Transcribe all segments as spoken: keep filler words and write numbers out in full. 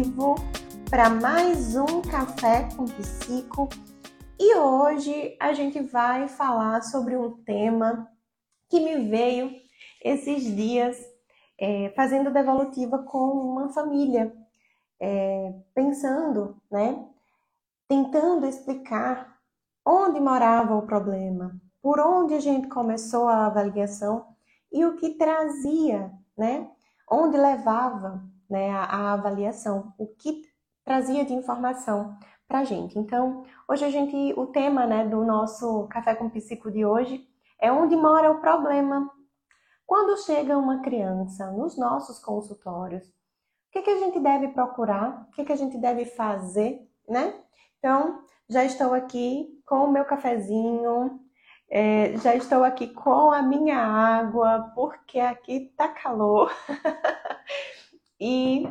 vivo para mais um Café com Psico e hoje a gente vai falar sobre um tema que me veio esses dias é, fazendo devolutiva com uma família, é, pensando, né, tentando explicar onde morava o problema, por onde a gente começou a avaliação e o que trazia, né, onde levava, né, a, a avaliação, o que trazia de informação para a gente. Então, hoje a gente, o tema, né, do nosso Café com Psico de hoje é onde mora o problema. Quando chega uma criança nos nossos consultórios, o que, que a gente deve procurar? O que, que a gente deve fazer, né? Então, já estou aqui com o meu cafezinho, é, já estou aqui com a minha água, porque aqui tá calor. E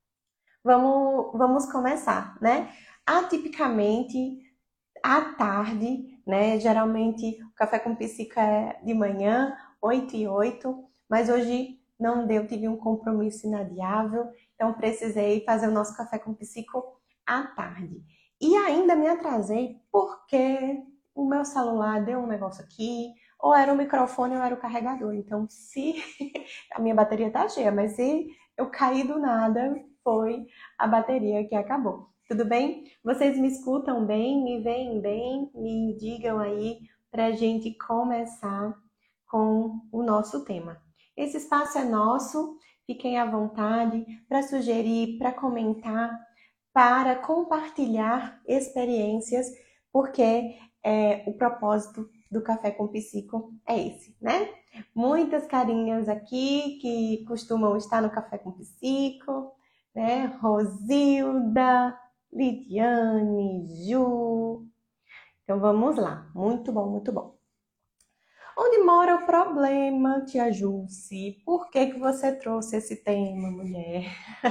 vamos, vamos começar, né? Atipicamente, à tarde, né? Geralmente o café com psico é de manhã, oito e oito, mas hoje não deu, tive um compromisso inadiável, então precisei fazer o nosso café com psico à tarde. E ainda me atrasei porque o meu celular deu um negócio aqui, ou era o microfone ou era o carregador. Então, se a minha bateria tá cheia, mas se eu cair do nada, foi a bateria que acabou. Tudo bem? Vocês me escutam bem? Me veem bem? Me digam aí pra gente começar com o nosso tema. Esse espaço é nosso, fiquem à vontade para sugerir, para comentar, para compartilhar experiências, porque é, o propósito do Café com Psico é esse, né? Muitas carinhas aqui que costumam estar no Café com Psico, né? Rosilda, Lidiane, Ju. Então vamos lá, muito bom, muito bom. Onde mora o problema, tia Jússi? Por que que você trouxe esse tema, mulher?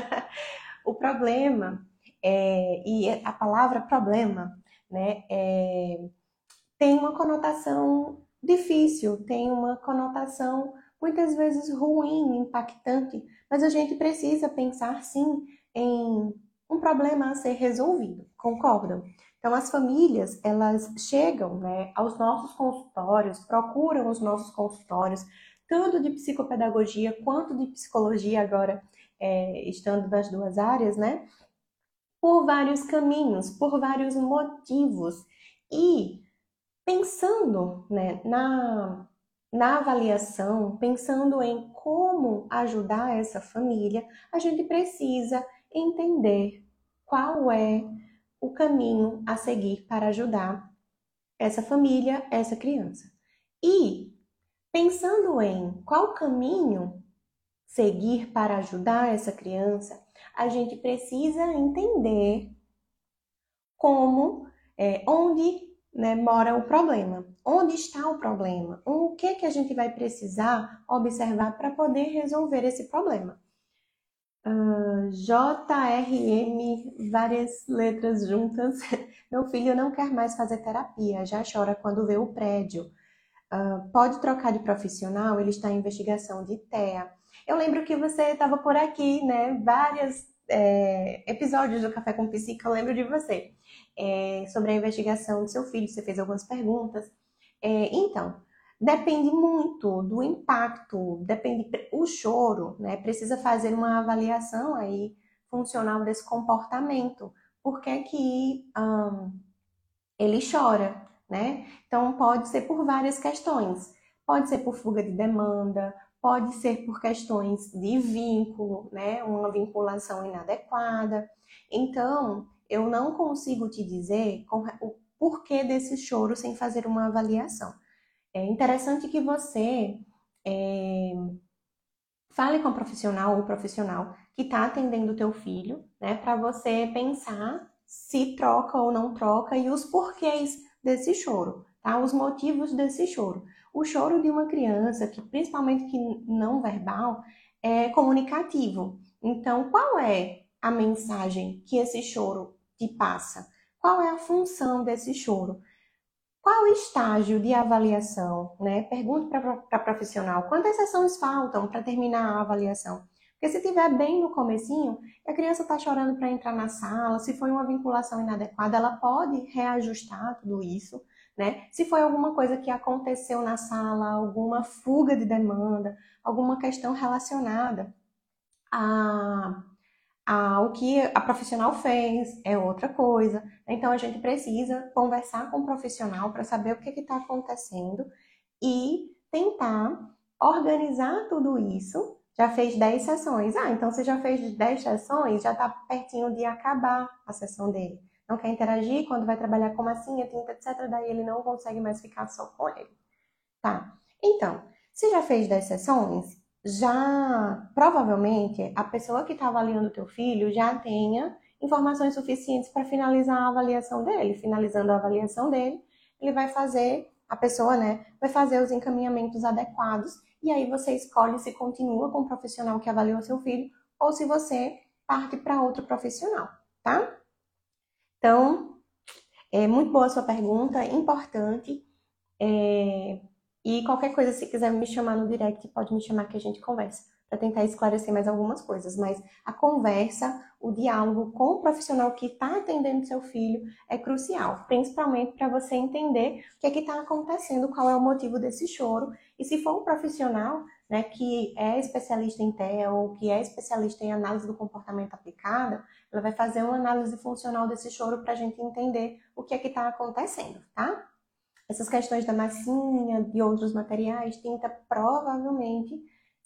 O problema, é, e a palavra problema, né, é, tem uma conotação difícil, tem uma conotação muitas vezes ruim, impactante, mas a gente precisa pensar sim em um problema a ser resolvido, concordam? Então as famílias, elas chegam, né, aos nossos consultórios, procuram os nossos consultórios, tanto de psicopedagogia quanto de psicologia agora, é, estando nas duas áreas, né, por vários caminhos, por vários motivos. E pensando, né, na, na avaliação, pensando em como ajudar essa família, a gente precisa entender qual é o caminho a seguir para ajudar essa família, essa criança. E pensando em qual caminho seguir para ajudar essa criança, a gente precisa entender como, é, onde, né, mora o problema. Onde está o problema? O que, que a gente vai precisar observar para poder resolver esse problema? Uh, J R M, várias letras juntas. Meu filho não quer mais fazer terapia, já chora quando vê o prédio. Uh, pode trocar de profissional? Ele está em investigação de T E A. Eu lembro que você estava por aqui, né? Vários é, episódios do Café com Psico, eu lembro de você. É, sobre a investigação do seu filho, você fez algumas perguntas. É, então, depende muito do impacto, depende o choro, né? Precisa fazer uma avaliação aí funcional desse comportamento. Por que que um, ele chora, né? Então, pode ser por várias questões. Pode ser por fuga de demanda, pode ser por questões de vínculo, né? Uma vinculação inadequada. Então, eu não consigo te dizer o porquê desse choro sem fazer uma avaliação. É interessante que você é, fale com o profissional ou profissional que está atendendo o teu filho, né? Para você pensar se troca ou não troca e os porquês desse choro, tá? Os motivos desse choro. O choro de uma criança, que principalmente que não verbal, é comunicativo. Então, qual é a mensagem que esse choro te passa? Qual é a função desse choro? Qual o estágio de avaliação, né? Pergunto para a profissional, quantas sessões faltam para terminar a avaliação? Porque se tiver bem no comecinho, e a criança está chorando para entrar na sala, se foi uma vinculação inadequada, ela pode reajustar tudo isso, né? Se foi alguma coisa que aconteceu na sala, alguma fuga de demanda, alguma questão relacionada a, a o que a profissional fez, é outra coisa. Então a gente precisa conversar com o profissional para saber o que está acontecendo e tentar organizar tudo isso. Já fez dez sessões. Ah, então você já fez dez sessões, já está pertinho de acabar a sessão dele. Não quer interagir, quando vai trabalhar com massinha, tinta, etcétera, daí ele não consegue mais ficar só com ele. Tá? Então, se já fez dez sessões, já provavelmente a pessoa que está avaliando o teu filho já tenha informações suficientes para finalizar a avaliação dele. Finalizando a avaliação dele, ele vai fazer, a pessoa, né, vai fazer os encaminhamentos adequados e aí você escolhe se continua com o profissional que avaliou seu filho ou se você parte para outro profissional, tá? Então, é muito boa a sua pergunta, importante. É, e qualquer coisa, se quiser me chamar no direct, pode me chamar que a gente conversa, para tentar esclarecer mais algumas coisas. Mas a conversa, o diálogo com o profissional que está atendendo seu filho é crucial, principalmente para você entender o que é que está acontecendo, qual é o motivo desse choro. E se for um profissional, né, que é especialista em T E L, que é especialista em análise do comportamento aplicada, ela vai fazer uma análise funcional desse choro para a gente entender o que é que está acontecendo, tá? Essas questões da massinha, de outros materiais, tinta, provavelmente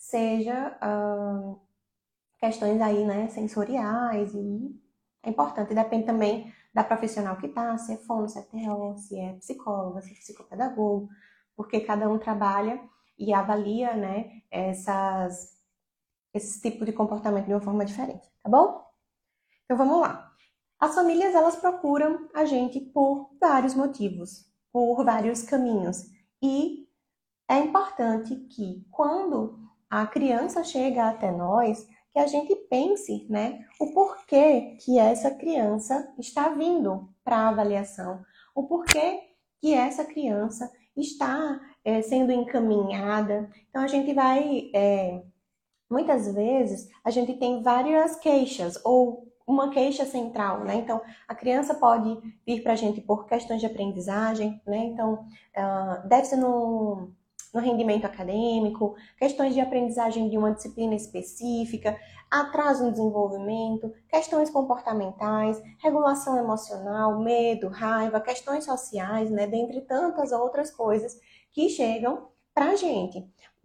seja uh, questões aí, né, sensoriais, e é importante, depende também da profissional que tá, se é fono, se é T O, se é psicóloga, se é psicopedagogo, porque cada um trabalha e avalia, né, essas, esse tipo de comportamento de uma forma diferente, tá bom? Então vamos lá. As famílias, elas procuram a gente por vários motivos, por vários caminhos. E é importante que, quando a criança chega até nós, que a gente pense, né, o porquê que essa criança está vindo para a avaliação, o porquê que essa criança está é, sendo encaminhada. Então, a gente vai... É, muitas vezes a gente tem várias queixas ou uma queixa central, né? Então, a criança pode vir para a gente por questões de aprendizagem, né? Então, uh, deve ser no, no rendimento acadêmico, questões de aprendizagem de uma disciplina específica, atraso no desenvolvimento, questões comportamentais, regulação emocional, medo, raiva, questões sociais, né? Dentre tantas outras coisas que chegam para a gente.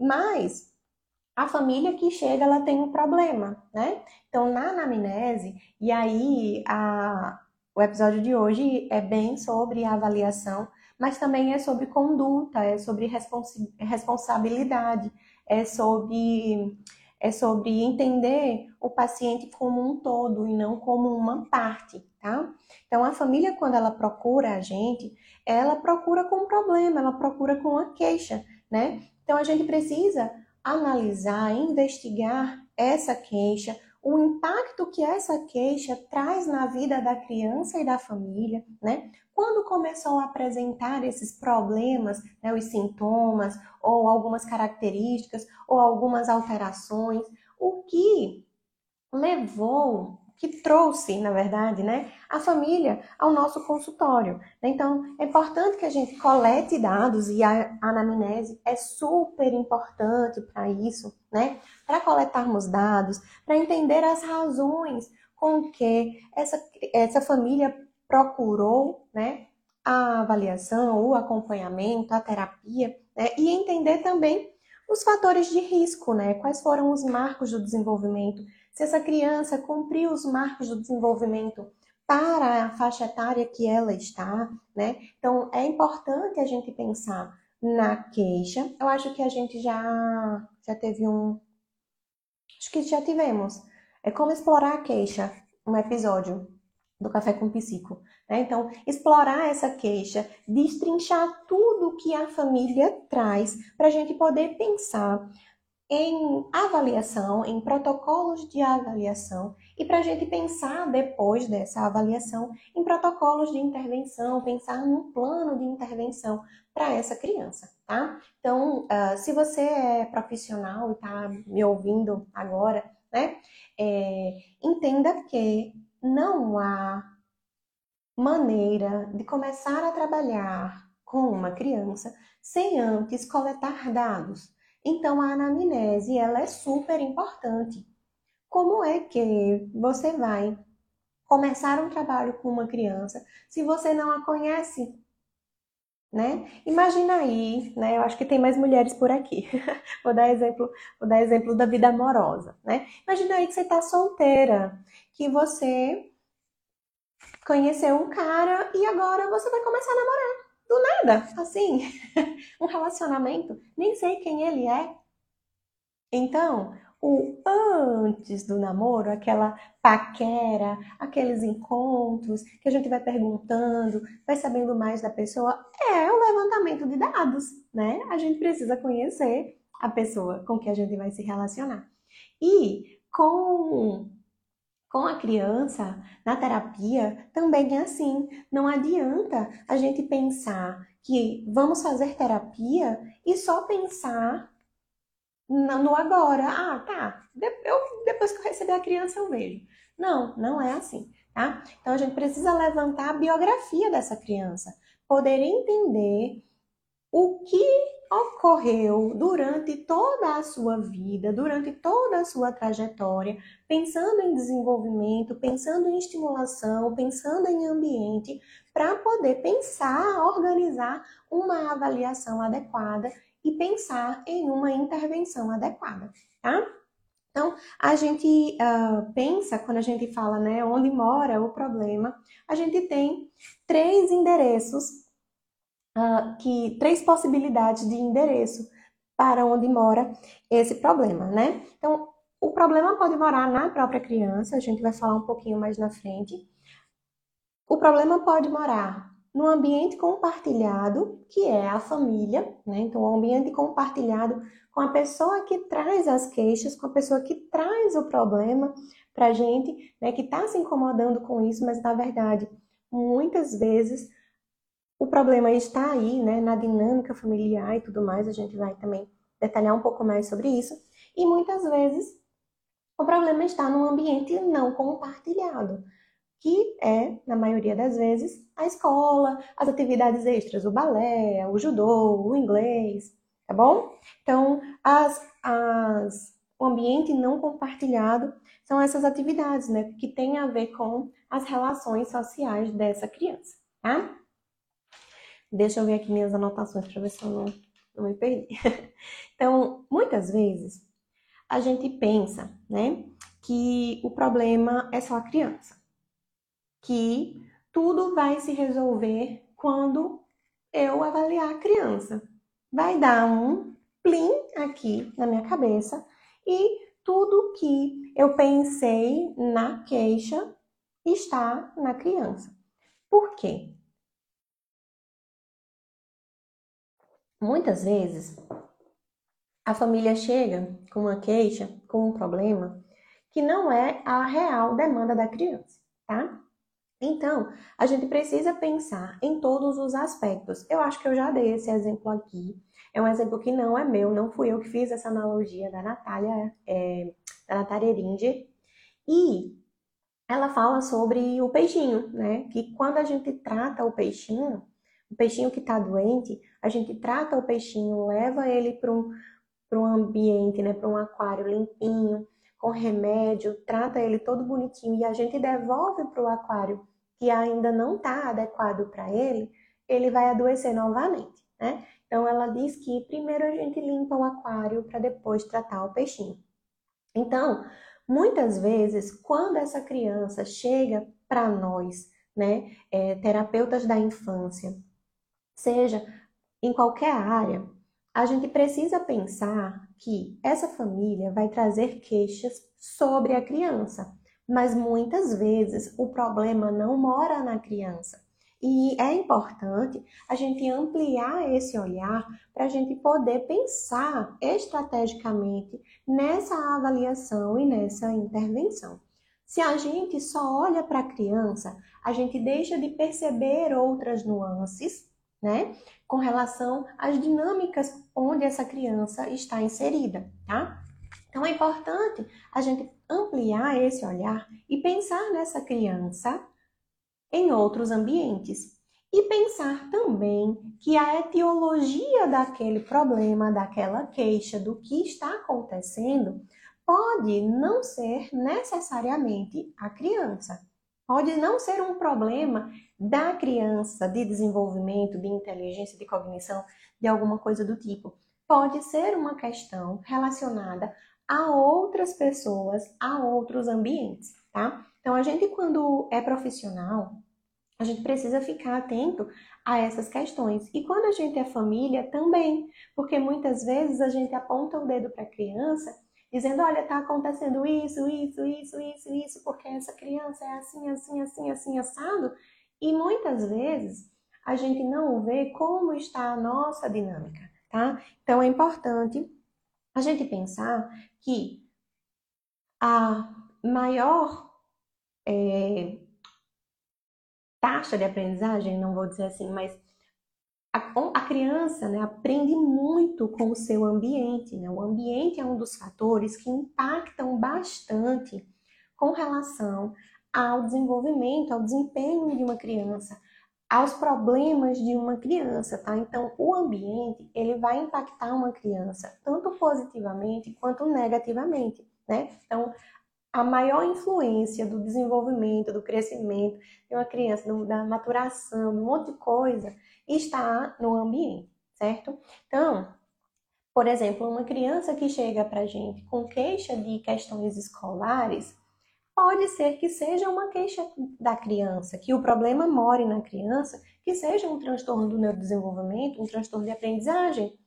Mas a família que chega, ela tem um problema, né? Então, na anamnese, e aí a, o episódio de hoje é bem sobre a avaliação, mas também é sobre conduta, é sobre responsi- responsabilidade, é sobre, é sobre entender o paciente como um todo e não como uma parte, tá? Então, a família, quando ela procura a gente, ela procura com um problema, ela procura com uma queixa, né? Então, a gente precisa analisar, investigar essa queixa, o impacto que essa queixa traz na vida da criança e da família, né? Quando começou a apresentar esses problemas, né, os sintomas, ou algumas características, ou algumas alterações, o que levou, que trouxe, na verdade, né, a família ao nosso consultório. Então, é importante que a gente colete dados e a anamnese é super importante para isso, né? Para coletarmos dados, para entender as razões com que essa, essa família procurou, né, a avaliação, o acompanhamento, a terapia, né? E entender também os fatores de risco, né? Quais foram os marcos do desenvolvimento, se essa criança cumpriu os marcos do desenvolvimento para a faixa etária que ela está, né? Então, é importante a gente pensar na queixa. Eu acho que a gente já, já teve um... Acho que já tivemos. É como explorar a queixa, um episódio do Café com Psico, né? Então, explorar essa queixa, destrinchar tudo que a família traz para a gente poder pensar em avaliação, em protocolos de avaliação e para a gente pensar depois dessa avaliação em protocolos de intervenção, pensar num plano de intervenção para essa criança, tá? Então, uh, se você é profissional e está me ouvindo agora né? É, entenda que não há maneira de começar a trabalhar com uma criança sem antes coletar dados. Então, a anamnese, ela é super importante. Como é que você vai começar um trabalho com uma criança se você não a conhece, né? Imagina aí, né? Eu acho que tem mais mulheres por aqui. Vou dar exemplo, vou dar exemplo da vida amorosa, né? Imagina aí que você está solteira, que você conheceu um cara e agora você vai começar a namorar. Do nada, assim, um relacionamento, nem sei quem ele é. Então, o antes do namoro, aquela paquera, aqueles encontros que a gente vai perguntando, vai sabendo mais da pessoa, é o levantamento de dados, né? A gente precisa conhecer a pessoa com que a gente vai se relacionar. E com com a criança, na terapia, também é assim. Não adianta a gente pensar que vamos fazer terapia e só pensar no agora. Ah, tá. Eu, depois que eu receber a criança, eu vejo. Não, não é assim, tá? Então a gente precisa levantar a biografia dessa criança, poder entender o que ocorreu durante toda a sua vida, durante toda a sua trajetória, pensando em desenvolvimento, pensando em estimulação, pensando em ambiente, para poder pensar, organizar uma avaliação adequada e pensar em uma intervenção adequada, tá? Então, a gente uh, pensa, quando a gente fala, né, onde mora o problema, a gente tem três endereços uh, que três possibilidades de endereço para onde mora esse problema, né? Então, o problema pode morar na própria criança, a gente vai falar um pouquinho mais na frente. O problema pode morar no ambiente compartilhado, que é a família, né? Então, o ambiente compartilhado com a pessoa que traz as queixas, com a pessoa que traz o problema para a gente, né? Que está se incomodando com isso, mas na verdade, muitas vezes o problema está aí, né, na dinâmica familiar e tudo mais, a gente vai também detalhar um pouco mais sobre isso. E muitas vezes o problema está num ambiente não compartilhado, que é, na maioria das vezes, a escola, as atividades extras, o balé, o judô, o inglês, tá bom? Então, as, as, o ambiente não compartilhado são essas atividades, né, que têm a ver com as relações sociais dessa criança, tá? Deixa eu ver aqui minhas anotações para ver se eu não, não me perdi. Então, muitas vezes, a gente pensa, né, que o problema é só a criança. Que tudo vai se resolver quando eu avaliar a criança. Vai dar um plim aqui na minha cabeça e tudo que eu pensei na queixa está na criança. Por quê? Muitas vezes a família chega com uma queixa, com um problema, que não é a real demanda da criança, tá? Então, a gente precisa pensar em todos os aspectos. Eu acho que eu já dei esse exemplo aqui. É um exemplo que não é meu, não fui eu que fiz essa analogia da Natália, é, da Natália Eringer. E ela fala sobre o peixinho, né? Que quando a gente trata o peixinho, o peixinho que está doente, a gente trata o peixinho, leva ele para um para um ambiente, né, para um aquário limpinho, com remédio, trata ele todo bonitinho e a gente devolve para o aquário que ainda não está adequado para ele, ele vai adoecer novamente, né? Então ela diz que primeiro a gente limpa o aquário para depois tratar o peixinho. Então, muitas vezes, quando essa criança chega para nós, né, é, terapeutas da infância, seja em qualquer área, a gente precisa pensar que essa família vai trazer queixas sobre a criança, mas muitas vezes o problema não mora na criança. E é importante a gente ampliar esse olhar para a gente poder pensar estrategicamente nessa avaliação e nessa intervenção. Se a gente só olha para a criança, a gente deixa de perceber outras nuances, né, com relação às dinâmicas onde essa criança está inserida, tá? Então é importante a gente ampliar esse olhar e pensar nessa criança em outros ambientes. E pensar também que a etiologia daquele problema, daquela queixa, do que está acontecendo, pode não ser necessariamente a criança. Pode não ser um problema da criança, de desenvolvimento, de inteligência, de cognição, de alguma coisa do tipo. Pode ser uma questão relacionada a outras pessoas, a outros ambientes, tá? Então, a gente, quando é profissional, a gente precisa ficar atento a essas questões. E quando a gente é família, também. Porque muitas vezes a gente aponta o dedo para a criança, dizendo, olha, está acontecendo isso, isso, isso, isso, isso, porque essa criança é assim, assim, assim, assim, assado. E muitas vezes a gente não vê como está a nossa dinâmica, tá? Então é importante a gente pensar que a maior é, taxa de aprendizagem, não vou dizer assim, mas a, a criança, né, aprende muito com o seu ambiente, né? O ambiente é um dos fatores que impactam bastante com relação ao desenvolvimento, ao desempenho de uma criança, aos problemas de uma criança, tá? Então, o ambiente, ele vai impactar uma criança tanto positivamente quanto negativamente, né? Então, a maior influência do desenvolvimento, do crescimento de uma criança, da maturação, de um monte de coisa, está no ambiente, certo? Então, por exemplo, uma criança que chega para a gente com queixa de questões escolares, pode ser que seja uma queixa da criança, que o problema more na criança, que seja um transtorno do neurodesenvolvimento, um transtorno de aprendizagem.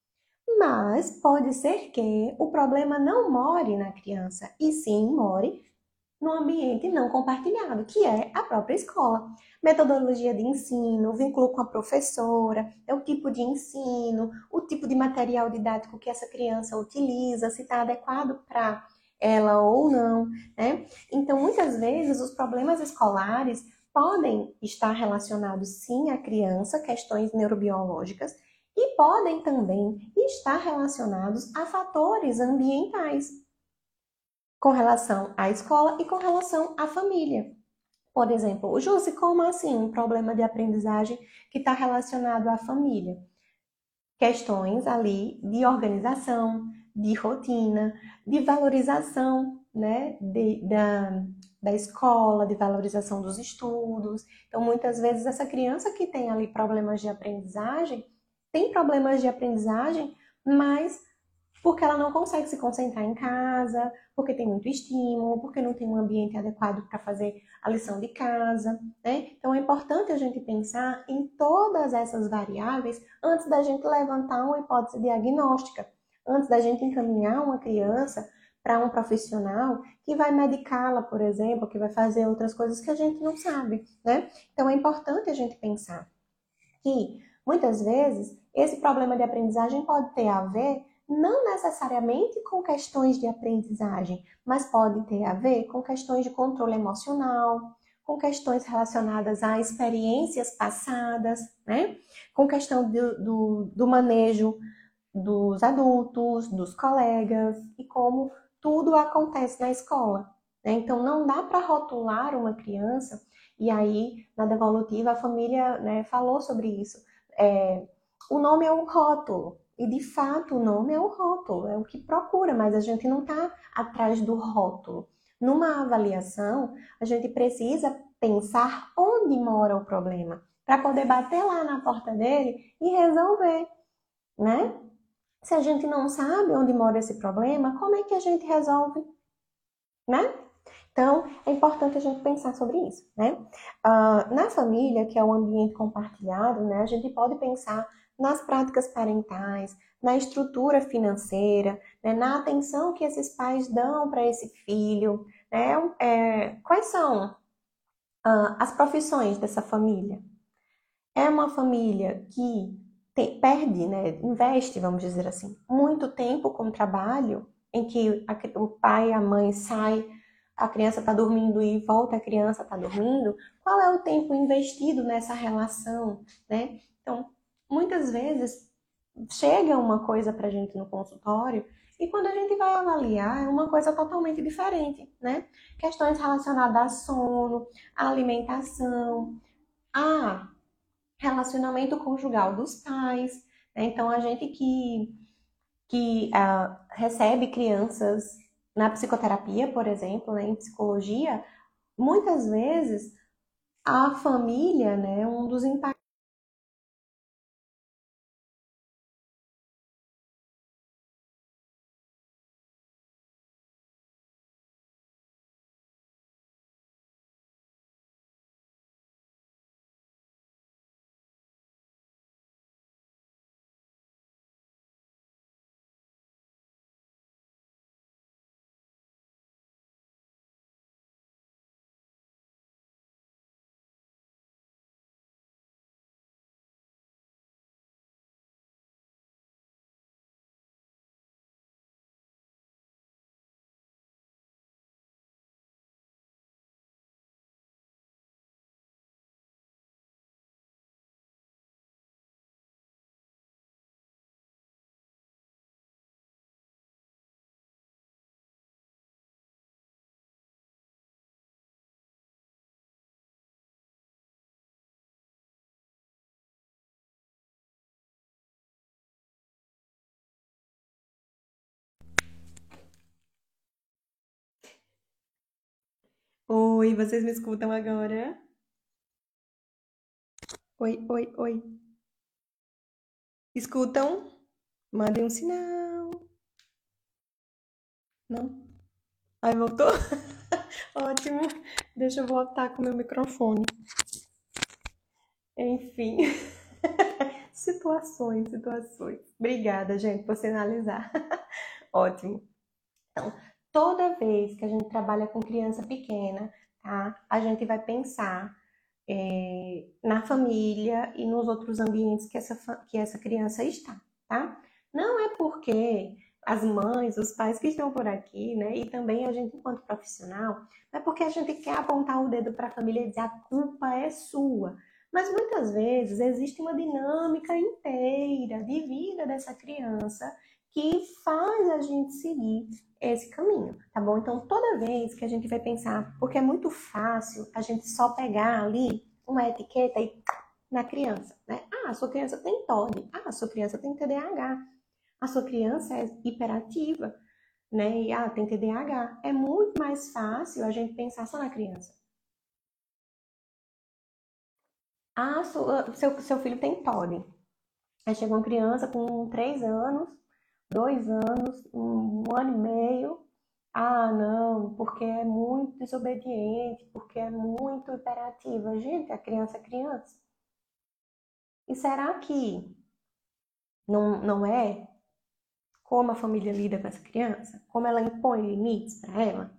Mas pode ser que o problema não more na criança, e sim more no ambiente não compartilhado, que é a própria escola. Metodologia de ensino, vínculo com a professora, é o tipo de ensino, o tipo de material didático que essa criança utiliza, se está adequado para ela ou não, né? Então, muitas vezes, os problemas escolares podem estar relacionados, sim, à criança, questões neurobiológicas, e podem também estar relacionados a fatores ambientais, com relação à escola e com relação à família. Por exemplo, Jússi, como assim um problema de aprendizagem que está relacionado à família? Questões ali de organização, de rotina, de valorização, né, de, da, da escola, de valorização dos estudos. Então, muitas vezes, essa criança que tem ali problemas de aprendizagem, tem problemas de aprendizagem, mas porque ela não consegue se concentrar em casa, porque tem muito estímulo, porque não tem um ambiente adequado para fazer a lição de casa, né? Então é importante a gente pensar em todas essas variáveis antes da gente levantar uma hipótese diagnóstica, antes da gente encaminhar uma criança para um profissional que vai medicá-la, por exemplo, que vai fazer outras coisas que a gente não sabe, né? Então é importante a gente pensar que muitas vezes esse problema de aprendizagem pode ter a ver não necessariamente com questões de aprendizagem, mas pode ter a ver com questões de controle emocional, com questões relacionadas a experiências passadas, né? Com questão do, do, do manejo dos adultos, dos colegas e como tudo acontece na escola, né? Então não dá para rotular uma criança, e aí na devolutiva a família, né, falou sobre isso. É, o nome é um rótulo, e de fato o nome é o rótulo, é o que procura, mas a gente não está atrás do rótulo. Numa avaliação, a gente precisa pensar onde mora o problema, para poder bater lá na porta dele e resolver, né? Se a gente não sabe onde mora esse problema, como é que a gente resolve, né? Então, é importante a gente pensar sobre isso, né? Uh, na família, que é o ambiente compartilhado, né, a gente pode pensar nas práticas parentais, na estrutura financeira, né, na atenção que esses pais dão para esse filho, né? É, quais são uh, as profissões dessa família? É uma família que te, perde, né, investe, vamos dizer assim, muito tempo com o trabalho, em que a, o pai e a mãe saem, a criança está dormindo e volta, a criança está dormindo. Qual é o tempo investido nessa relação, né? Então, muitas vezes chega uma coisa para a gente no consultório E quando a gente vai avaliar, é uma coisa totalmente diferente, né? Questões relacionadas a sono, a alimentação, a relacionamento conjugal dos pais, né? Então, a gente que, que ah, recebe crianças na psicoterapia, por exemplo, né, em psicologia, muitas vezes a família, né, um dos impactos. Oi, vocês me escutam agora? Oi, oi, oi. Escutam? Mandem um sinal. Não? Aí voltou? Ótimo. Deixa eu voltar com o meu microfone. Enfim, situações, situações. Obrigada, gente, por sinalizar. Ótimo. Então, toda vez que a gente trabalha com criança pequena, tá? A gente vai pensar é, na família e nos outros ambientes que essa, que essa criança está, tá? Não é porque as mães, os pais que estão por aqui, né, e também a gente enquanto profissional, não é porque a gente quer apontar o dedo para a família e dizer a culpa é sua. Mas muitas vezes existe uma dinâmica inteira de vida dessa criança que faz a gente seguir esse caminho, tá bom? Então, toda vez que a gente vai pensar, porque é muito fácil a gente só pegar ali uma etiqueta e na criança, né? Ah, a sua criança tem T O D, ah, a sua criança tem T D A H, a sua criança é hiperativa, né? E ah, tem T D A H. É muito mais fácil a gente pensar só na criança. Ah, sua, seu, seu filho tem T O D. Aí chega uma criança com três anos, dois anos, um, um ano e meio. Ah, não, porque é muito desobediente, porque é muito hiperativa. Gente, a criança é criança. E será que não, não é como a família lida com essa criança? Como ela impõe limites para ela?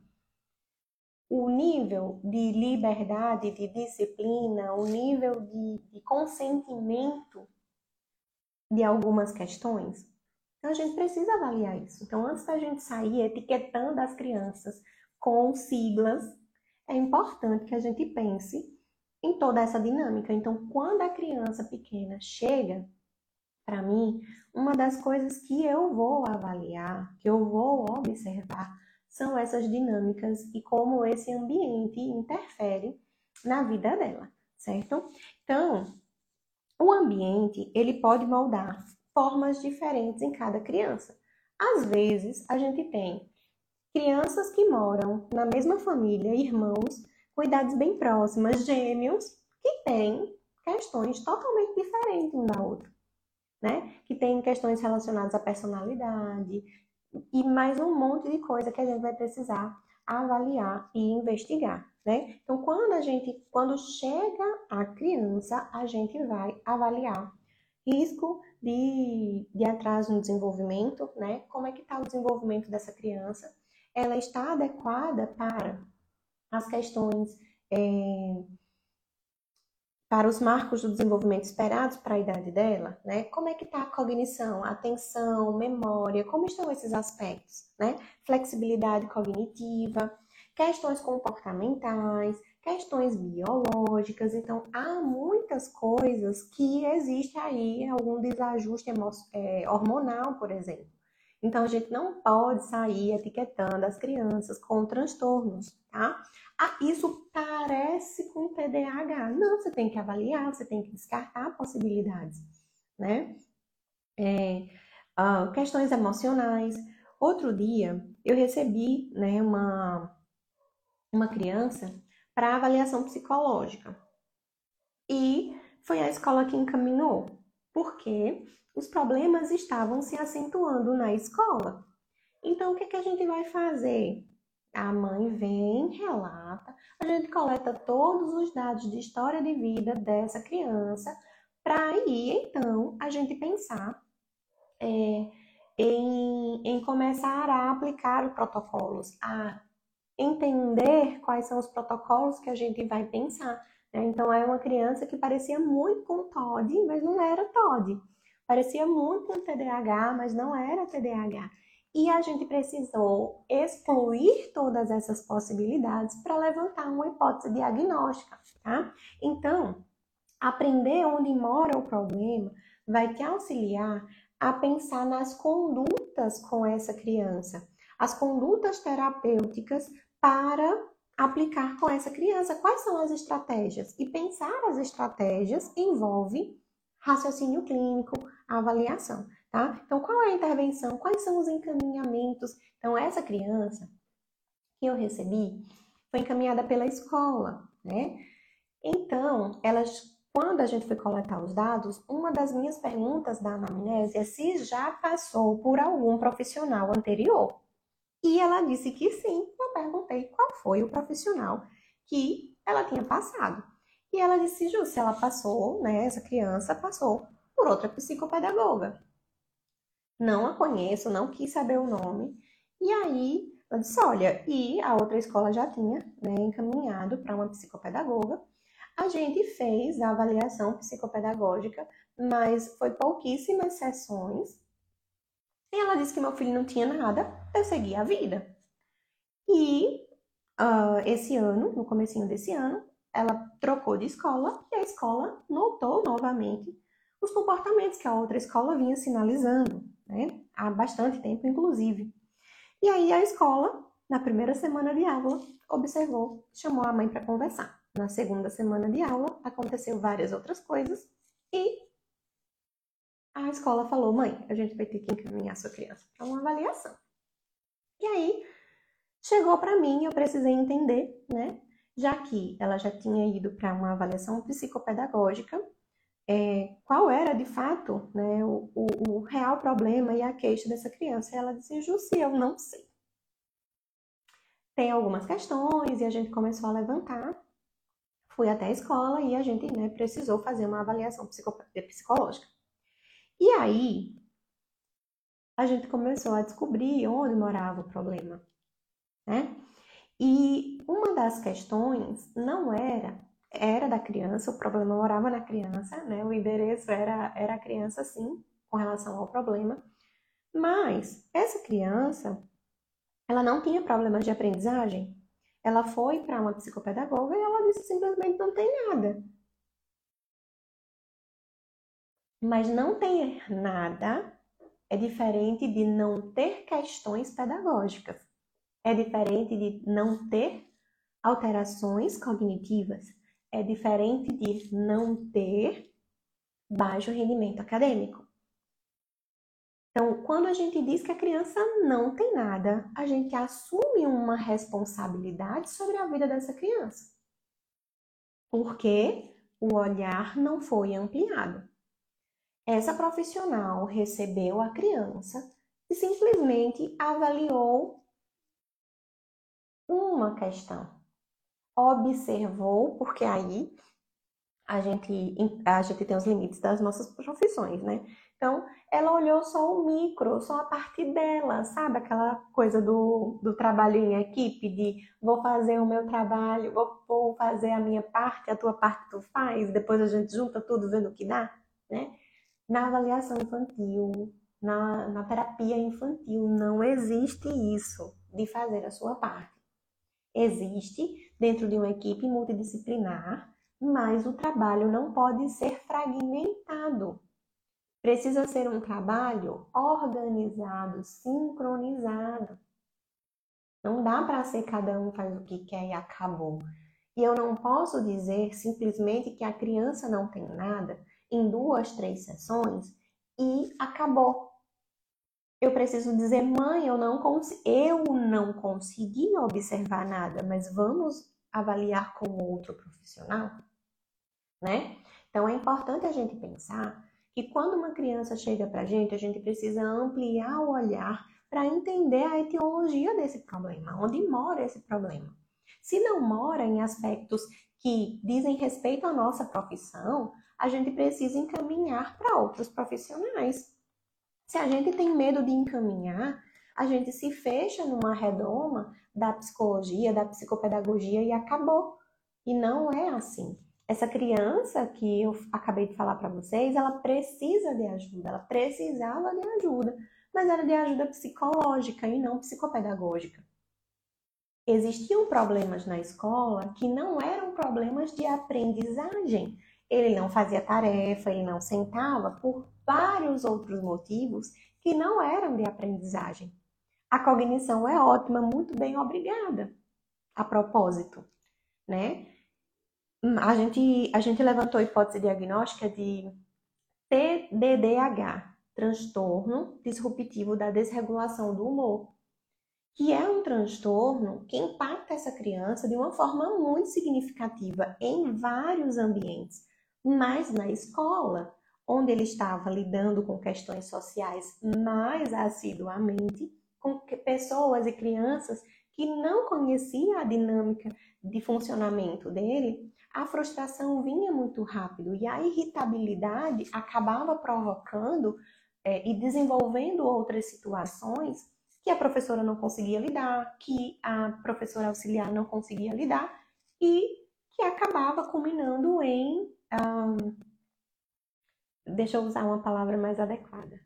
O nível de liberdade, de disciplina, o nível de, de consentimento de algumas questões. Então a gente precisa avaliar isso. Então, antes da gente sair etiquetando as crianças com siglas, é importante que a gente pense em toda essa dinâmica. Então, quando a criança pequena chega para mim, uma das coisas que eu vou avaliar, que eu vou observar, são essas dinâmicas e como esse ambiente interfere na vida dela, certo? Então, o ambiente, ele pode moldar formas diferentes em cada criança. Às vezes, a gente tem crianças que moram na mesma família, irmãos, com idades bem próximas, gêmeos, que têm questões totalmente diferentes um da outra, né? Que tem questões relacionadas à personalidade e mais um monte de coisa que a gente vai precisar avaliar e investigar, né? Então, quando a gente, quando chega a criança, a gente vai avaliar risco de, de atraso no desenvolvimento, né? Como é que está o desenvolvimento dessa criança? Ela está adequada para as questões é, para os marcos do desenvolvimento esperados para a idade dela, né? Como é que está a cognição, a atenção, memória, como estão esses aspectos, né? Flexibilidade cognitiva, questões comportamentais, questões biológicas. Então, há muitas coisas que existe aí algum desajuste é, hormonal, por exemplo. Então, a gente não pode sair etiquetando as crianças com transtornos, tá? Ah, isso parece com T D A H. Não, você tem que avaliar, você tem que descartar possibilidades, né? É, ah, questões emocionais. Outro dia, eu recebi, né, uma, uma criança para avaliação psicológica. E foi a escola que encaminhou, porque os problemas estavam se acentuando na escola. Então, o que, que a gente vai fazer? A mãe vem, relata, a gente coleta todos os dados de história de vida dessa criança, para aí, então, a gente pensar é, em, em começar a aplicar os protocolos, a entender quais são os protocolos que a gente vai pensar, né? Então, é uma criança que parecia muito com T O D, mas não era T O D. Parecia muito com T D A H, mas não era T D A H. E a gente precisou excluir todas essas possibilidades para levantar uma hipótese diagnóstica, tá? Então, aprender onde mora o problema vai te auxiliar a pensar nas condutas com essa criança, as condutas terapêuticas para aplicar com essa criança. Quais são as estratégias? E pensar as estratégias envolve raciocínio clínico, avaliação, tá? Então, qual é a intervenção? Quais são os encaminhamentos? Então, essa criança que eu recebi foi encaminhada pela escola, né? Então, elas, quando a gente foi coletar os dados, uma das minhas perguntas da anamnese é se já passou por algum profissional anterior. E ela disse que sim. Eu perguntei qual foi o profissional que ela tinha passado. E ela disse, Ju, se ela passou, né, essa criança passou por outra psicopedagoga. Não a conheço, não quis saber o nome. E aí, eu disse, olha, e a outra escola já tinha, né, encaminhado para uma psicopedagoga. A gente fez a avaliação psicopedagógica, mas foi pouquíssimas sessões. E ela disse que meu filho não tinha nada, eu segui a vida. E uh, esse ano, no comecinho desse ano, ela trocou de escola e a escola notou novamente os comportamentos que a outra escola vinha sinalizando, né? Há bastante tempo, inclusive. E aí a escola, na primeira semana de aula, observou, chamou a mãe para conversar. Na segunda semana de aula, aconteceu várias outras coisas e a escola falou, mãe, a gente vai ter que encaminhar sua criança para uma avaliação. E aí, chegou para mim, eu precisei entender, né? Já que ela já tinha ido para uma avaliação psicopedagógica, é, qual era de fato, né, o, o, o real problema e a queixa dessa criança. E ela disse, Jussi, eu não sei. Tem algumas questões e a gente começou a levantar. Fui até a escola e a gente, né, precisou fazer uma avaliação psicológica. E aí, a gente começou a descobrir onde morava o problema, né? E uma das questões não era, era da criança, o problema morava na criança, né? O endereço era, era a criança, sim, com relação ao problema. Mas essa criança, ela não tinha problemas de aprendizagem. Ela foi para uma psicopedagoga e ela disse simplesmente não tem nada. Mas não ter nada é diferente de não ter questões pedagógicas. É diferente de não ter alterações cognitivas. É diferente de não ter baixo rendimento acadêmico. Então, quando a gente diz que a criança não tem nada, a gente assume uma responsabilidade sobre a vida dessa criança. Porque o olhar não foi ampliado. Essa profissional recebeu a criança e simplesmente avaliou uma questão. Observou, porque aí a gente, a gente tem os limites das nossas profissões, né? Então, ela olhou só o micro, só a parte dela, sabe? Aquela coisa do, do trabalho em equipe, de vou fazer o meu trabalho, vou, vou fazer a minha parte, a tua parte tu faz, depois a gente junta tudo vendo o que dá, né? Na avaliação infantil, na, na terapia infantil, não existe isso de fazer a sua parte. Existe dentro de uma equipe multidisciplinar, mas o trabalho não pode ser fragmentado. Precisa ser um trabalho organizado, sincronizado. Não dá para ser cada um faz o que quer e acabou. E eu não posso dizer simplesmente que a criança não tem nada em duas, três sessões e acabou. Eu preciso dizer, mãe, eu não, cons eu não consegui observar nada, mas vamos avaliar com outro profissional, né? Então é importante a gente pensar que quando uma criança chega para a gente, a gente precisa ampliar o olhar para entender a etiologia desse problema, onde mora esse problema. Se não mora em aspectos que dizem respeito à nossa profissão, a gente precisa encaminhar para outros profissionais. Se a gente tem medo de encaminhar, a gente se fecha numa redoma da psicologia, da psicopedagogia e acabou. E não é assim. Essa criança que eu acabei de falar para vocês, ela precisa de ajuda, ela precisava de ajuda, mas era de ajuda psicológica e não psicopedagógica. Existiam problemas na escola que não eram problemas de aprendizagem. Ele não fazia tarefa, ele não sentava por vários outros motivos que não eram de aprendizagem. A cognição é ótima, muito bem, obrigada. A propósito, né? A gente, a gente levantou a hipótese diagnóstica de T D D A H, transtorno disruptivo da desregulação do humor, que é um transtorno que impacta essa criança de uma forma muito significativa em vários ambientes, mas na escola, onde ele estava lidando com questões sociais mais assiduamente, com pessoas e crianças que não conheciam a dinâmica de funcionamento dele, a frustração vinha muito rápido e a irritabilidade acabava provocando é, e desenvolvendo outras situações que a professora não conseguia lidar, que a professora auxiliar não conseguia lidar e que acabava culminando em, um, deixa eu usar uma palavra mais adequada,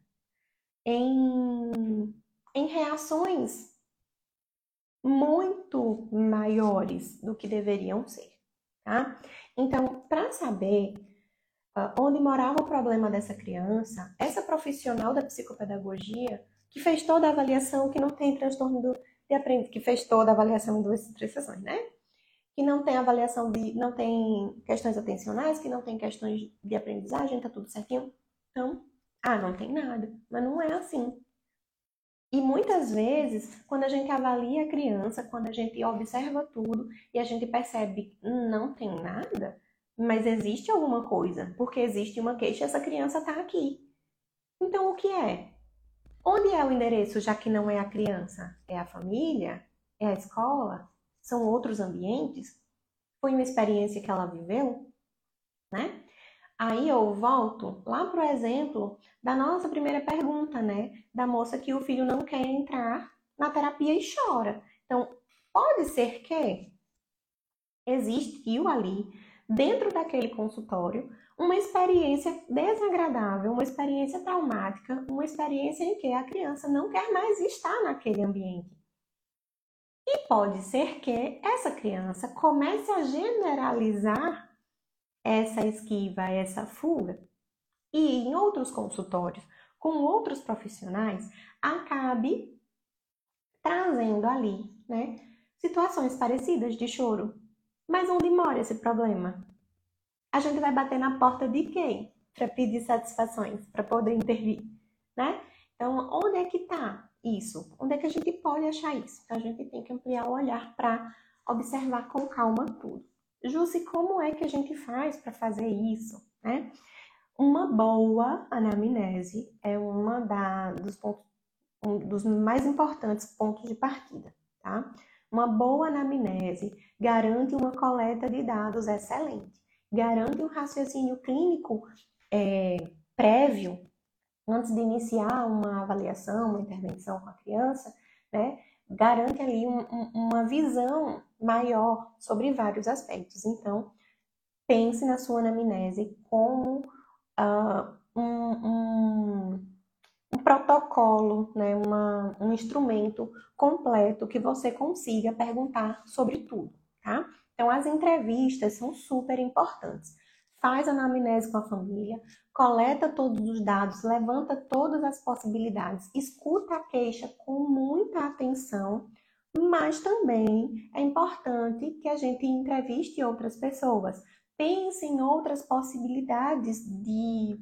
em, em reações muito maiores do que deveriam ser, tá? Então, para saber uh, onde morava o problema dessa criança, essa profissional da psicopedagogia que fez toda a avaliação, que não tem transtorno do, de aprendizagem, que fez toda a avaliação em duas, três sessões, né? Que não tem avaliação de, não tem questões atencionais, que não tem questões de aprendizagem, tá tudo certinho. Então, ah, não tem nada. Mas não é assim. E muitas vezes, quando a gente avalia a criança, quando a gente observa tudo e a gente percebe que não tem nada, mas existe alguma coisa, porque existe uma queixa, essa criança está aqui. Então, o que é? Onde é o endereço, já que não é a criança? É a família? É a escola? São outros ambientes? Foi uma experiência que ela viveu, né? Aí eu volto lá para o exemplo da nossa primeira pergunta, né? Da moça que o filho não quer entrar na terapia e chora. Então, pode ser que existiu ali, dentro daquele consultório, uma experiência desagradável, uma experiência traumática, uma experiência em que a criança não quer mais estar naquele ambiente. E pode ser que essa criança comece a generalizar essa esquiva, essa fuga, e em outros consultórios, com outros profissionais, acabe trazendo ali, né, situações parecidas de choro. Mas onde mora esse problema? A gente vai bater na porta de quem? Para pedir satisfações, para poder intervir, né? Então, onde é que está isso? Onde é que a gente pode achar isso? Então, a gente tem que ampliar o olhar para observar com calma tudo. Jussi, como é que a gente faz para fazer isso, né? Uma boa anamnese é uma da, dos, pontos, um dos mais importantes pontos de partida, tá? Uma boa anamnese garante uma coleta de dados excelente, garante um raciocínio clínico é, prévio antes de iniciar uma avaliação, uma intervenção com a criança, né? Garante ali um, um, uma visão maior sobre vários aspectos. Então, pense na sua anamnese como uh, um, um, um protocolo, né? Uma, um instrumento completo que você consiga perguntar sobre tudo, tá? Então, as entrevistas são super importantes. faz anamnese com a família, coleta todos os dados, levanta todas as possibilidades, escuta a queixa com muita atenção, mas também é importante que a gente entreviste outras pessoas, pense em outras possibilidades de,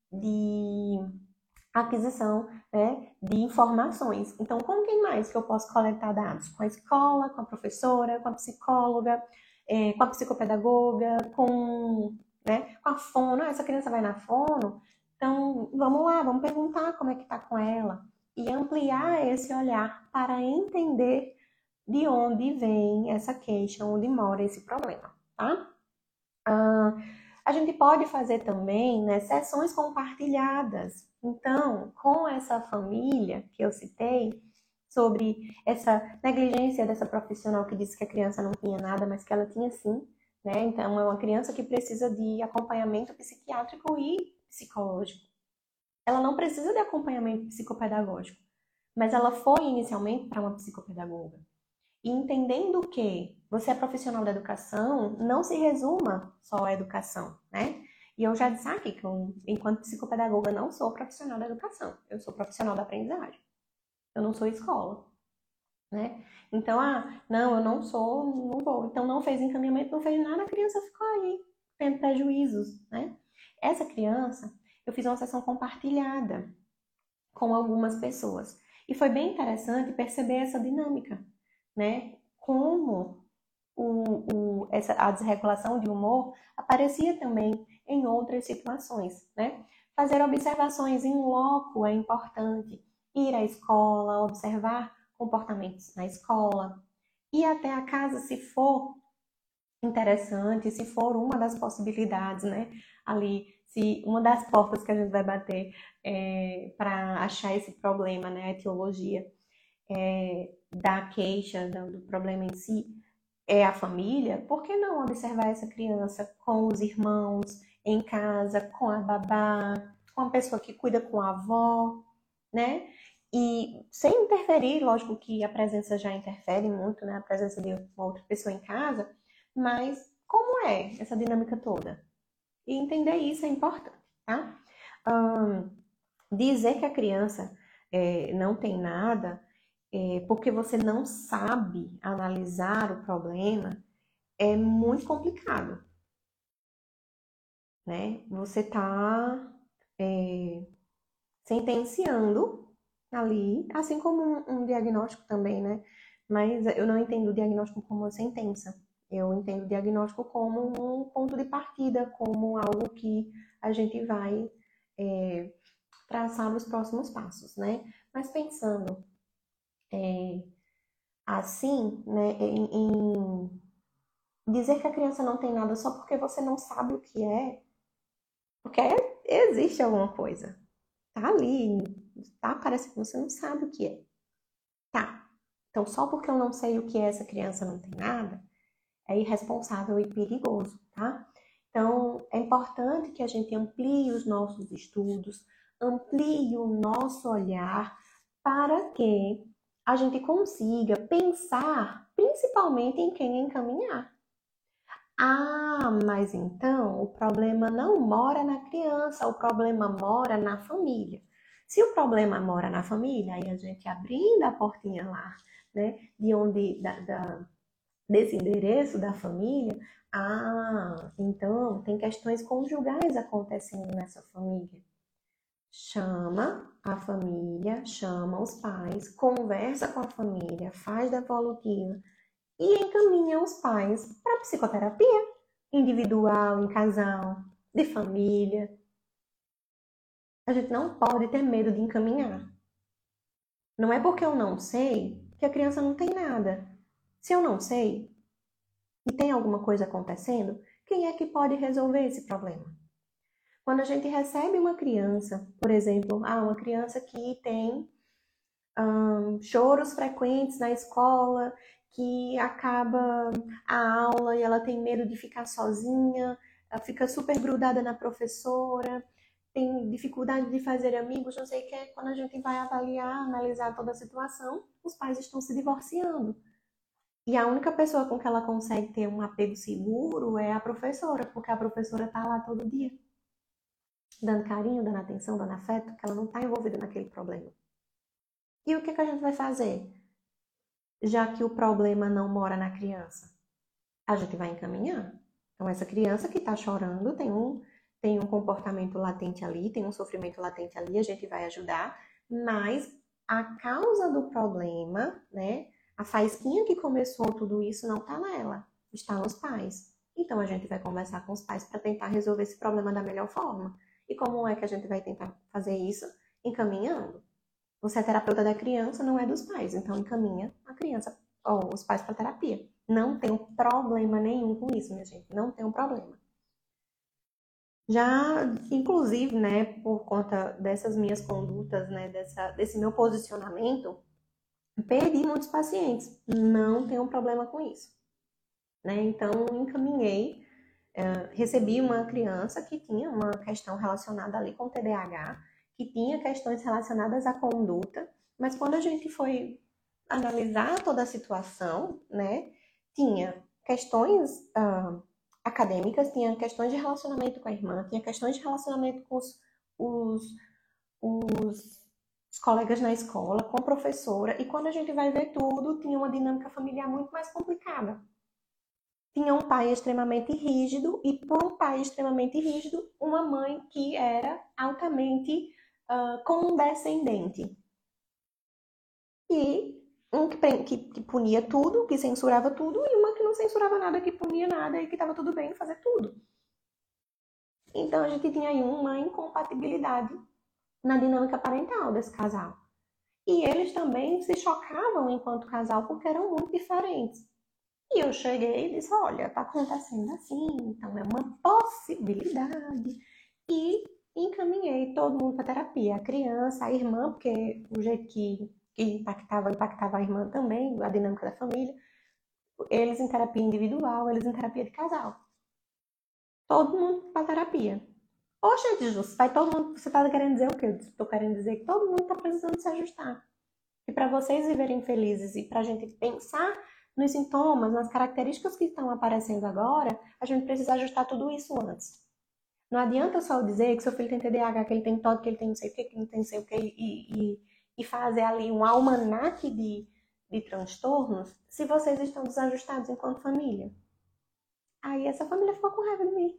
de aquisição, né, de informações. Então, com quem mais que eu posso coletar dados? Com a escola, com a professora, com a psicóloga, é, com a psicopedagoga, com, né, com a fono. Ah, essa criança vai na fono? Então, vamos lá, vamos perguntar como é que está com ela. E ampliar esse olhar para entender de onde vem essa queixa, onde mora esse problema, tá? Ah, a gente pode fazer também, né, sessões compartilhadas. Então, com essa família que eu citei, sobre essa negligência dessa profissional que disse que a criança não tinha nada, mas que ela tinha sim, né? Então, é uma criança que precisa de acompanhamento psiquiátrico e psicológico. Ela não precisa de acompanhamento psicopedagógico, mas ela foi inicialmente para uma psicopedagoga. E entendendo que você é profissional da educação, não se resuma só à educação, né? E eu já disse aqui que eu, enquanto psicopedagoga, não sou profissional da educação. Eu sou profissional da aprendizagem. Eu não sou escola, né? Então, ah, não, eu não sou, não vou. Então, não fez encaminhamento, não fez nada, a criança ficou aí, tendo prejuízos, né? Essa criança, eu fiz uma sessão compartilhada com algumas pessoas. E foi bem interessante perceber essa dinâmica, né? Como o, o, essa, a desregulação de humor aparecia também em outras situações, né? Fazer observações em loco é importante. Ir à escola, observar comportamentos na escola. Ir até a casa, se for interessante, se for uma das possibilidades, né? Ali, se uma das portas que a gente vai bater é, para achar esse problema, né? A etiologia é, da queixa, do, do problema em si, é a família, por que não observar essa criança com os irmãos, em casa, com a babá, com a pessoa que cuida com a avó, né? E sem interferir, lógico que a presença já interfere muito, né? A presença de uma outra pessoa em casa, mas como é essa dinâmica toda? E entender isso é importante, tá? Hum, dizer que a criança é, não tem nada é, porque você não sabe analisar o problema é muito complicado, né? Você está é, sentenciando ali, assim como um, um diagnóstico também, né? Mas eu não entendo o diagnóstico como uma sentença. Eu entendo o diagnóstico como um ponto de partida, como algo que a gente vai é, traçar os próximos passos, né? Mas pensando é, assim, né, em, em dizer que a criança não tem nada só porque você não sabe o que é, porque existe alguma coisa. Tá ali, tá? Parece que você não sabe o que é. Tá. Então, só porque eu não sei o que é, essa criança não tem nada, é irresponsável e perigoso, tá? Então, é importante que a gente amplie os nossos estudos, amplie o nosso olhar para que a gente consiga pensar principalmente em quem encaminhar. Ah, mas então o problema não mora na criança, o problema mora na família. Se o problema mora na família, aí a gente abrindo a portinha lá, né, de onde, da, da, desse endereço da família, ah, então tem questões conjugais acontecendo nessa família. Chama a família, chama os pais, conversa com a família, faz devolutiva e encaminha os pais para psicoterapia individual, em casal, de família. A gente não pode ter medo de encaminhar. Não é porque eu não sei que a criança não tem nada. Se eu não sei e tem alguma coisa acontecendo, quem é que pode resolver esse problema? Quando a gente recebe uma criança, por exemplo, ah, uma criança que tem hum, choros frequentes na escola, que acaba a aula e ela tem medo de ficar sozinha, ela fica super grudada na professora, tem dificuldade de fazer amigos, não sei o que. Quando a gente vai avaliar, analisar toda a situação, os pais estão se divorciando. E a única pessoa com que ela consegue ter um apego seguro é a professora, porque a professora tá lá todo dia, dando carinho, dando atenção, dando afeto, que ela não tá envolvida naquele problema. E o que, que a gente vai fazer? Já que o problema não mora na criança, a gente vai encaminhar. Então, essa criança que está chorando tem um, tem um comportamento latente ali, tem um sofrimento latente ali, a gente vai ajudar, mas a causa do problema, né? A faísquinha que começou tudo isso não está nela, está nos pais. Então, a gente vai conversar com os pais para tentar resolver esse problema da melhor forma. E como é que a gente vai tentar fazer isso? Encaminhando. Você é terapeuta da criança, não é dos pais, então encaminha a criança ou os pais para terapia. Não tem problema nenhum com isso, minha gente, não tem um problema. Já, inclusive, né, por conta dessas minhas condutas, né, dessa, desse meu posicionamento, perdi muitos pacientes. Não tem um problema com isso, né? Então, encaminhei, uh, recebi uma criança que tinha uma questão relacionada ali com T D A H, que tinha questões relacionadas à conduta, mas quando a gente foi analisar toda a situação, né, tinha questões uh, acadêmicas, tinha questões de relacionamento com a irmã, tinha questões de relacionamento com os, os, os, os colegas na escola, com a professora, e quando a gente vai ver tudo, tinha uma dinâmica familiar muito mais complicada. Tinha um pai extremamente rígido e, por um pai extremamente rígido, uma mãe que era altamente uh, condescendente. E um que, que, que punia tudo, que censurava tudo, e uma que não censurava nada, que punia nada e que estava tudo bem fazer tudo. Então a gente tinha aí uma incompatibilidade na dinâmica parental desse casal. E eles também se chocavam enquanto casal porque eram muito diferentes. E eu cheguei e disse, olha, tá acontecendo assim, então é uma possibilidade. E encaminhei todo mundo para terapia. A criança, a irmã, porque o jeito que, que impactava, impactava a irmã também, a dinâmica da família. Eles em terapia individual, eles em terapia de casal. Todo mundo para terapia. Ô, gente, Jus, vai todo mundo. Você tá querendo dizer o quê? Eu tô querendo dizer que todo mundo tá precisando se ajustar. E para vocês viverem felizes e para a gente pensar nos sintomas, nas características que estão aparecendo agora, a gente precisa ajustar tudo isso antes. Não adianta só dizer que seu filho tem T D A H, que ele tem toque, que ele tem não sei o que, que não tem não sei o que, e, e, e fazer ali um almanaque de, de transtornos se vocês estão desajustados enquanto família. Aí essa família ficou com raiva de mim.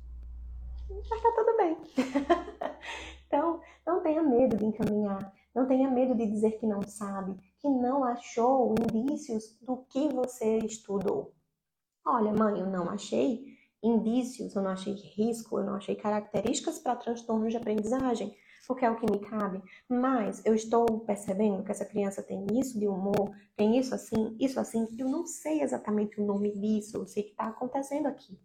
Mas tá tudo bem. Então, não tenha medo de encaminhar. Não tenha medo de dizer que não sabe, que não achou indícios do que você estudou. Olha, mãe, eu não achei indícios, eu não achei risco, eu não achei características para transtornos de aprendizagem, porque é o que me cabe. Mas eu estou percebendo que essa criança tem isso de humor, tem isso assim, isso assim. Eu não sei exatamente o nome disso, eu sei que está acontecendo aqui.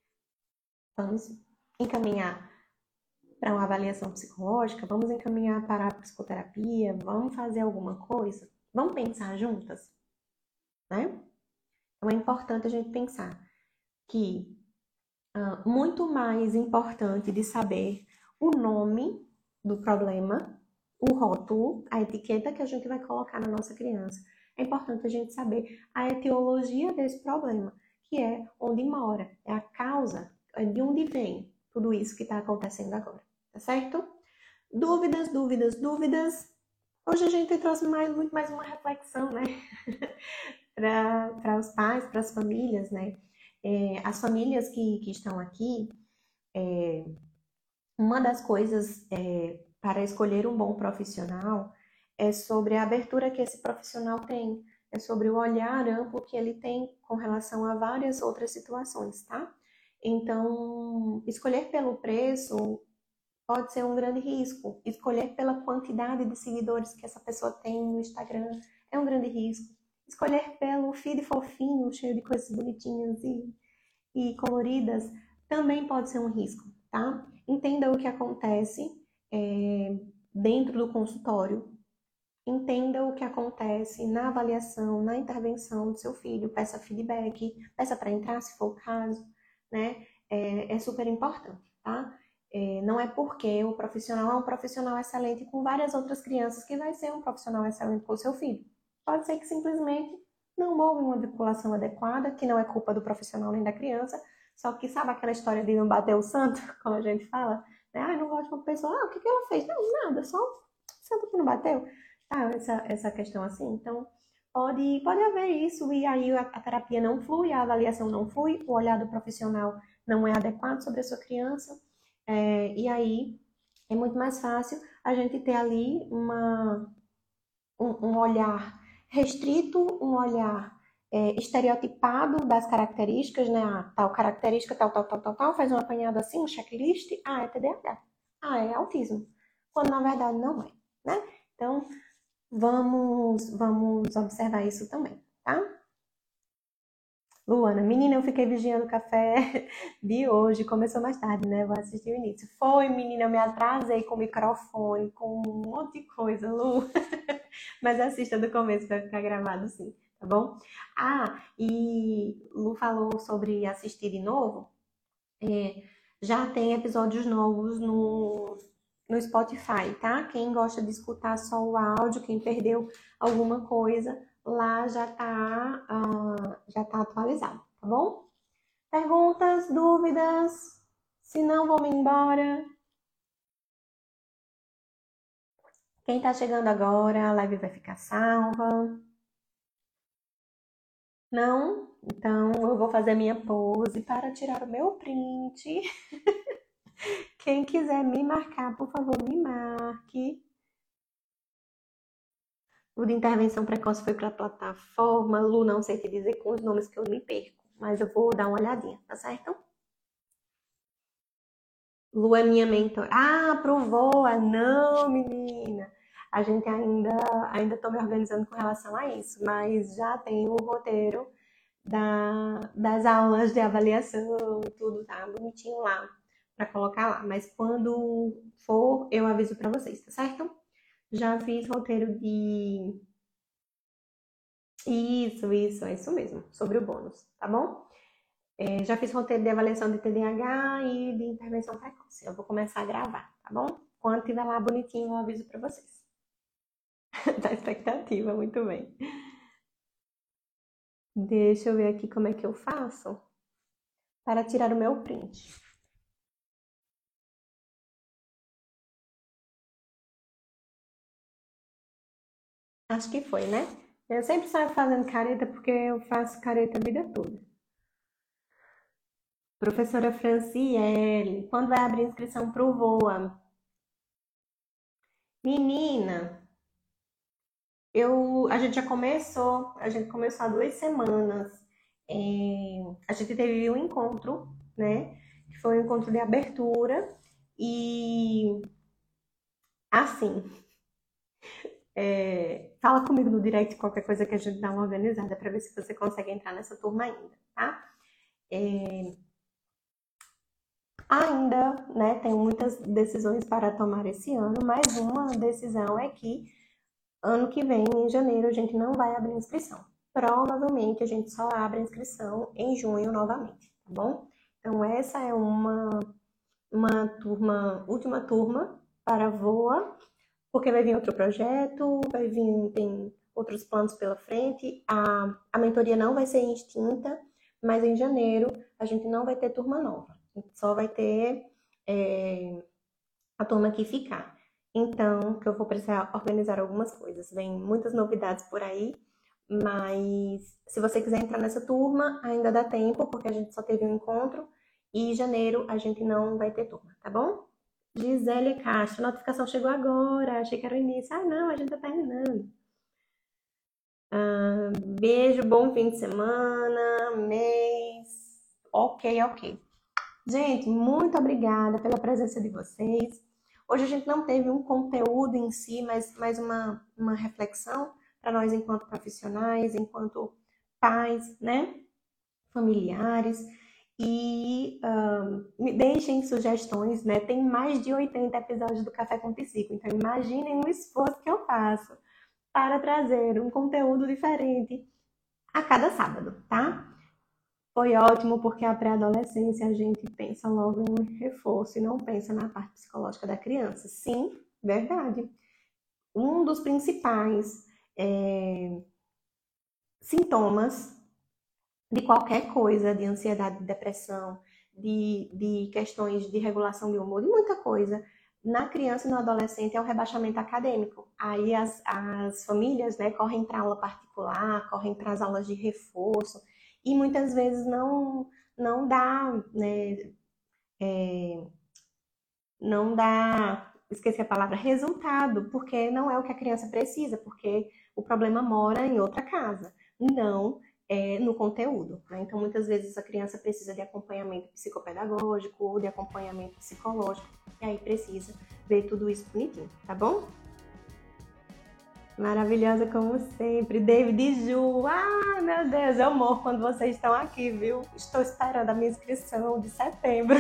Vamos encaminhar para uma avaliação psicológica, vamos encaminhar para a psicoterapia, vamos fazer alguma coisa, vamos pensar juntas, né? Então é importante a gente pensar que uh, muito mais importante de saber o nome do problema, o rótulo, a etiqueta que a gente vai colocar na nossa criança. É importante a gente saber a etiologia desse problema, que é onde mora, é a causa, é de onde vem tudo isso que está acontecendo agora, tá certo? Dúvidas, dúvidas, dúvidas. Hoje a gente trouxe mais, muito mais uma reflexão, né? Para os pais, para as famílias, né? É, as famílias que, que estão aqui, é, uma das coisas é, para escolher um bom profissional é sobre a abertura que esse profissional tem, é sobre o olhar amplo que ele tem com relação a várias outras situações, tá? Então, escolher pelo preço pode ser um grande risco. Escolher pela quantidade de seguidores que essa pessoa tem no Instagram é um grande risco. Escolher pelo feed fofinho, cheio de coisas bonitinhas e, e coloridas, também pode ser um risco, tá? Entenda o que acontece é, dentro do consultório. Entenda o que acontece na avaliação, na intervenção do seu filho. Peça feedback, peça para entrar se for o caso, né? É, é super importante, tá? É, não é porque o profissional é um profissional excelente com várias outras crianças que vai ser um profissional excelente com o seu filho. Pode ser que simplesmente não houve uma vinculação adequada, que não é culpa do profissional nem da criança, só que sabe aquela história de não bater o santo, como a gente fala? Né? Ah, não gosto de uma pessoa, ah, o que que ela fez? Não, nada, só o santo que não bateu. Ah, essa, essa questão assim, então pode, pode haver isso, e aí a, a terapia não flui, a avaliação não flui, o olhar do profissional não é adequado sobre a sua criança, é, e aí é muito mais fácil a gente ter ali uma, um, um olhar restrito, um olhar é, estereotipado das características, né? Ah, tal característica, tal, tal, tal, tal, tal, faz um apanhado assim, um checklist, ah, é T D A H, ah, é autismo, quando na verdade não é, né? Então, vamos, vamos observar isso também, tá? Luana, menina, eu fiquei vigiando o café de hoje, começou mais tarde, né? Vou assistir o início. Foi, menina, eu me atrasei com o microfone, com um monte de coisa, Lu. Mas assista do começo, vai ficar gravado sim, tá bom? Ah, e Lu falou sobre assistir de novo. É, já tem episódios novos no, no Spotify, tá? Quem gosta de escutar só o áudio, quem perdeu alguma coisa, lá já tá, ah, já tá atualizado, tá bom? Perguntas, dúvidas? Se não, vamos embora. Quem tá chegando agora, a live vai ficar salva. Não? Então eu vou fazer minha pose para tirar o meu print. Quem quiser me marcar, por favor, me marque. O de intervenção precoce foi para a plataforma. Lu, não sei te dizer com os nomes que eu me perco, mas eu vou dar uma olhadinha, tá certo? Lu é minha mentora. Ah, aprovou! Ah, não, menina! A gente ainda ainda tô me organizando com relação a isso, mas já tem o roteiro da, das aulas de avaliação, tudo tá bonitinho lá para colocar lá. Mas quando for, eu aviso para vocês, tá certo? Já fiz roteiro de. Isso, isso, é isso mesmo, sobre o bônus, tá bom? É, já fiz roteiro de avaliação de T D A H e de intervenção precoce. Eu vou começar a gravar, tá bom? Quando tiver lá bonitinho, eu aviso para vocês. Da expectativa, muito bem. Deixa eu ver aqui como é que eu faço para tirar o meu print. Acho que foi, né? Eu sempre saio fazendo careta porque eu faço careta a vida toda. Professora Franciele, quando vai abrir inscrição pro VOA? Menina, eu, a gente já começou, a gente começou há duas semanas. É, a gente teve um encontro, né? Que foi um encontro de abertura. E assim, é, fala comigo no direct qualquer coisa que a gente dá uma organizada para ver se você consegue entrar nessa turma ainda, tá? É, ainda, né, tem muitas decisões para tomar esse ano, mas uma decisão é que ano que vem, em janeiro, a gente não vai abrir inscrição. Provavelmente a gente só abre a inscrição em junho novamente, tá bom? Então essa é uma, uma turma, última turma para a VOA, porque vai vir outro projeto, vai vir, tem outros planos pela frente. A, a mentoria não vai ser extinta, mas em janeiro a gente não vai ter turma nova. Só vai ter é, a turma que ficar. Então, que eu vou precisar organizar algumas coisas. Vem muitas novidades por aí, mas se você quiser entrar nessa turma, ainda dá tempo, porque a gente só teve um encontro e em janeiro a gente não vai ter turma, tá bom? Gisele Castro, a notificação chegou agora, achei que era o início. Ah, não, a gente tá terminando. Ah, beijo, bom fim de semana, mês. Ok, ok. Gente, muito obrigada pela presença de vocês. Hoje a gente não teve um conteúdo em si, mas mais uma, uma reflexão para nós enquanto profissionais, enquanto pais, né? Familiares. E um, me deixem sugestões, né? Tem mais de oitenta episódios do Café com Psico, então imaginem o esforço que eu faço para trazer um conteúdo diferente a cada sábado, tá? Foi ótimo porque a pré-adolescência a gente pensa logo em reforço e não pensa na parte psicológica da criança. Sim, verdade. Um dos principais é, sintomas de qualquer coisa, de ansiedade, de depressão, de, de questões de regulação de humor, de muita coisa, na criança e no adolescente é o rebaixamento acadêmico. Aí as, as famílias, né, correm para aula particular, correm para as aulas de reforço, e muitas vezes não, não dá, né, é, não dá, esqueci a palavra, resultado, porque não é o que a criança precisa, porque o problema mora em outra casa, não é, no conteúdo. Né? Então, muitas vezes a criança precisa de acompanhamento psicopedagógico ou de acompanhamento psicológico, e aí precisa ver tudo isso bonitinho, tá bom? Maravilhosa como sempre. David e Ju, ah, meu Deus, eu morro quando vocês estão aqui, viu? Estou esperando a minha inscrição de setembro.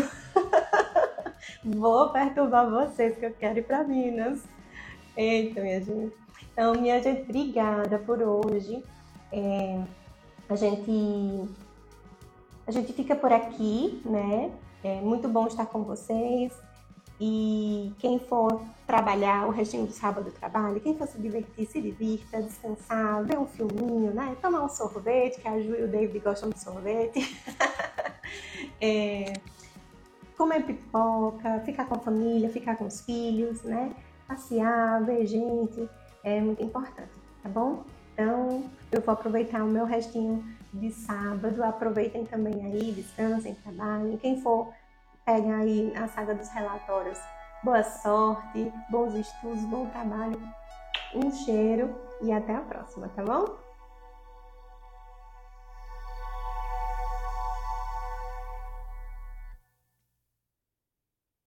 Vou perturbar vocês, que eu quero ir para Minas. Eita, minha gente. Então, minha gente, obrigada por hoje. É, a gente a gente fica por aqui, né? É muito bom estar com vocês. E quem for trabalhar o restinho do sábado trabalhe, quem for se divertir, se divirta, descansar, ver um filminho, né? Tomar um sorvete, que a Ju e o David gostam de sorvete. É, comer pipoca, ficar com a família, ficar com os filhos, né? Passear, ver gente, é muito importante, tá bom? Então, eu vou aproveitar o meu restinho de sábado, aproveitem também aí, descansem, trabalhem. Quem for, pega aí a saga dos relatórios. Boa sorte, bons estudos, bom trabalho, um cheiro e até a próxima, tá bom?